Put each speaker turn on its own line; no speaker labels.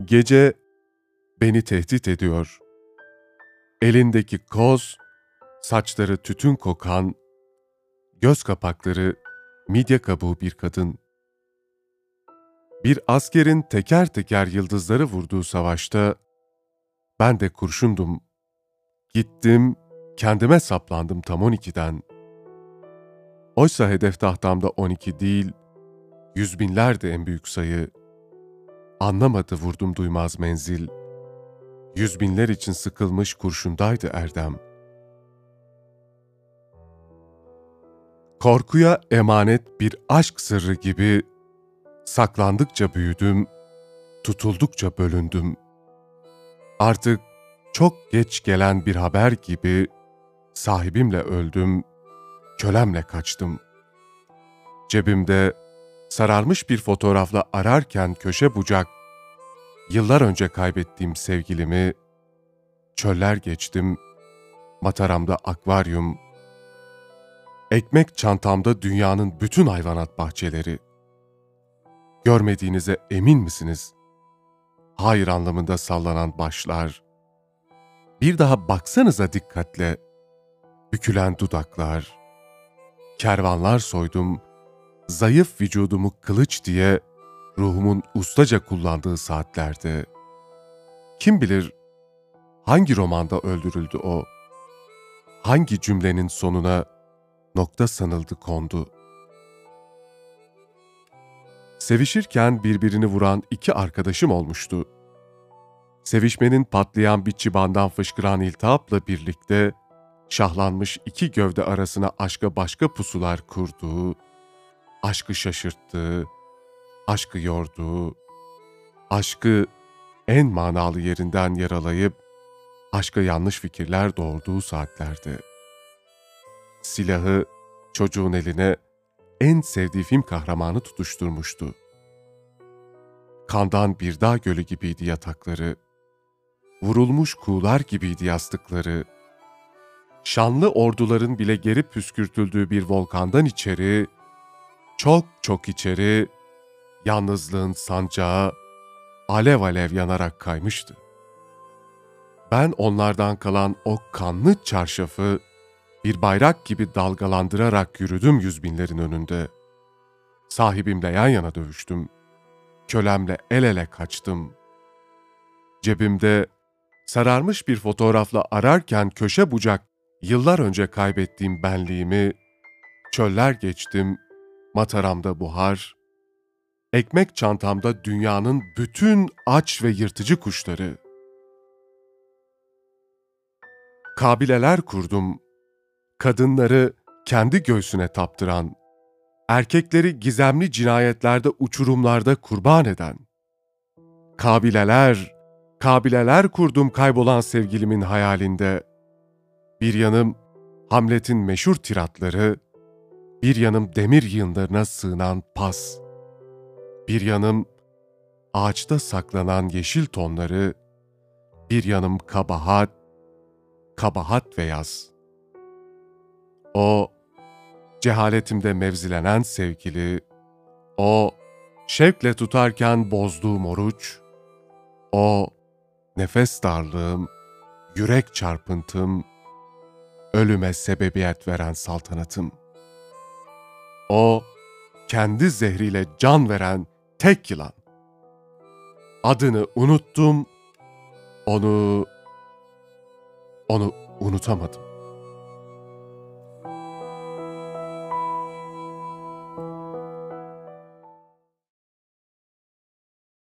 Gece beni tehdit ediyor. Elindeki koz, saçları tütün kokan, göz kapakları midye kabuğu bir kadın. Bir askerin teker teker yıldızları vurduğu savaşta ben de kurşundum. Gittim, kendime saplandım tam 12'den. Oysa hedef tahtamda 12 değil, 100.000'ler de en büyük sayı. Anlamadı vurdum duymaz menzil. 100.000'ler için sıkılmış kurşundaydı erdem. Korkuya emanet bir aşk sırrı gibi saklandıkça büyüdüm, tutuldukça bölündüm. Artık çok geç gelen bir haber gibi sahibimle öldüm, kölemle kaçtım. Cebimde sararmış bir fotoğrafla ararken köşe bucak, yıllar önce kaybettiğim sevgilimi, çöller geçtim, mataramda akvaryum, ekmek çantamda dünyanın bütün hayvanat bahçeleri. Görmediğinize emin misiniz? Hayır anlamında sallanan başlar. Bir daha baksanıza dikkatle. Bükülen dudaklar. Kervanlar soydum, zayıf vücudumu kılıç diye ruhumun ustaca kullandığı saatlerde. Kim bilir hangi romanda öldürüldü o? Hangi cümlenin sonuna nokta sanıldı kondu? Sevişirken birbirini vuran iki arkadaşım olmuştu. Sevişmenin patlayan bir çıbandan fışkıran iltihapla birlikte şahlanmış iki gövde arasına aşka başka pusular kurduğu, aşkı şaşırttığı, aşkı yorduğu, aşkı en manalı yerinden yaralayıp aşka yanlış fikirler doğurduğu saatlerde. Silahı çocuğun eline en sevdiği film kahramanı tutuşturmuştu. Kandan bir dağ gölü gibiydi yatakları, vurulmuş kuğular gibiydi yastıkları, şanlı orduların bile geri püskürtüldüğü bir volkandan içeri, çok çok içeri, yalnızlığın sancağı alev alev yanarak kaymıştı. Ben onlardan kalan o kanlı çarşafı bir bayrak gibi dalgalandırarak yürüdüm 100.000'lerin önünde. Sahibimle yan yana dövüştüm. Kölemle el ele kaçtım. Cebimde sararmış bir fotoğrafla ararken köşe bucak yıllar önce kaybettiğim benliğimi, çöller geçtim, mataramda buhar, ekmek çantamda dünyanın bütün aç ve yırtıcı kuşları. Kabileler kurdum, kadınları kendi göğsüne taptıran, erkekleri gizemli cinayetlerde uçurumlarda kurban eden. Kabileler kurdum kaybolan sevgilimin hayalinde. Bir yanım Hamlet'in meşhur tiratları, bir yanım demir yığınlarına sığınan pas. Bir yanım ağaçta saklanan yeşil tonları, bir yanım kabahat ve yaz. O cehaletimde mevzilenen sevgili, o şevkle tutarken bozduğum oruç, o nefes darlığım, yürek çarpıntım, ölüme sebebiyet veren saltanatım. O kendi zehriyle can veren tek yılan. Adını unuttum, onu unutamadım.